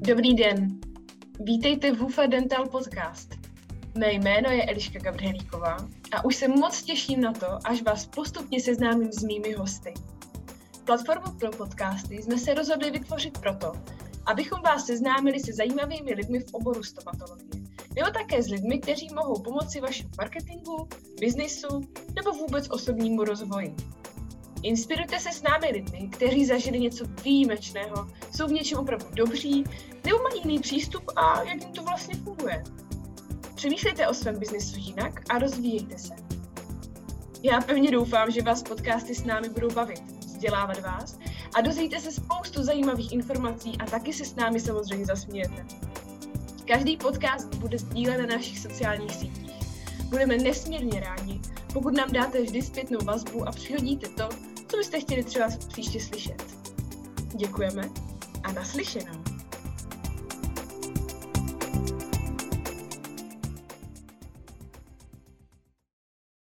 Dobrý den, vítejte v UFA Dental Podcast. Mé jméno je Eliška Gabrhelíková a už se moc těším na to, až vás postupně seznámím s mými hosty. Platformu pro podcasty jsme se rozhodli vytvořit proto, abychom vás seznámili se zajímavými lidmi v oboru stomatologie, nebo také s lidmi, kteří mohou pomoci vašemu marketingu, biznisu nebo vůbec osobnímu rozvoji. Inspirujte se s námi lidmi, kteří zažili něco výjimečného, jsou v něčem opravdu dobří, nebo mají jiný přístup a jak jim to vlastně funguje. Přemýšlejte o svém biznesu jinak a rozvíjejte se. Já pevně doufám, že vás podcasty s námi budou bavit, vzdělávat vás a dozvíte se spoustu zajímavých informací a taky se s námi samozřejmě zasmějete. Každý podcast bude sdílen na našich sociálních sítích. Budeme nesmírně rádi, pokud nám dáte vždy zpětnou vazbu a přihodíte to, co byste chtěli třeba příště slyšet. Děkujeme a naslyšenou.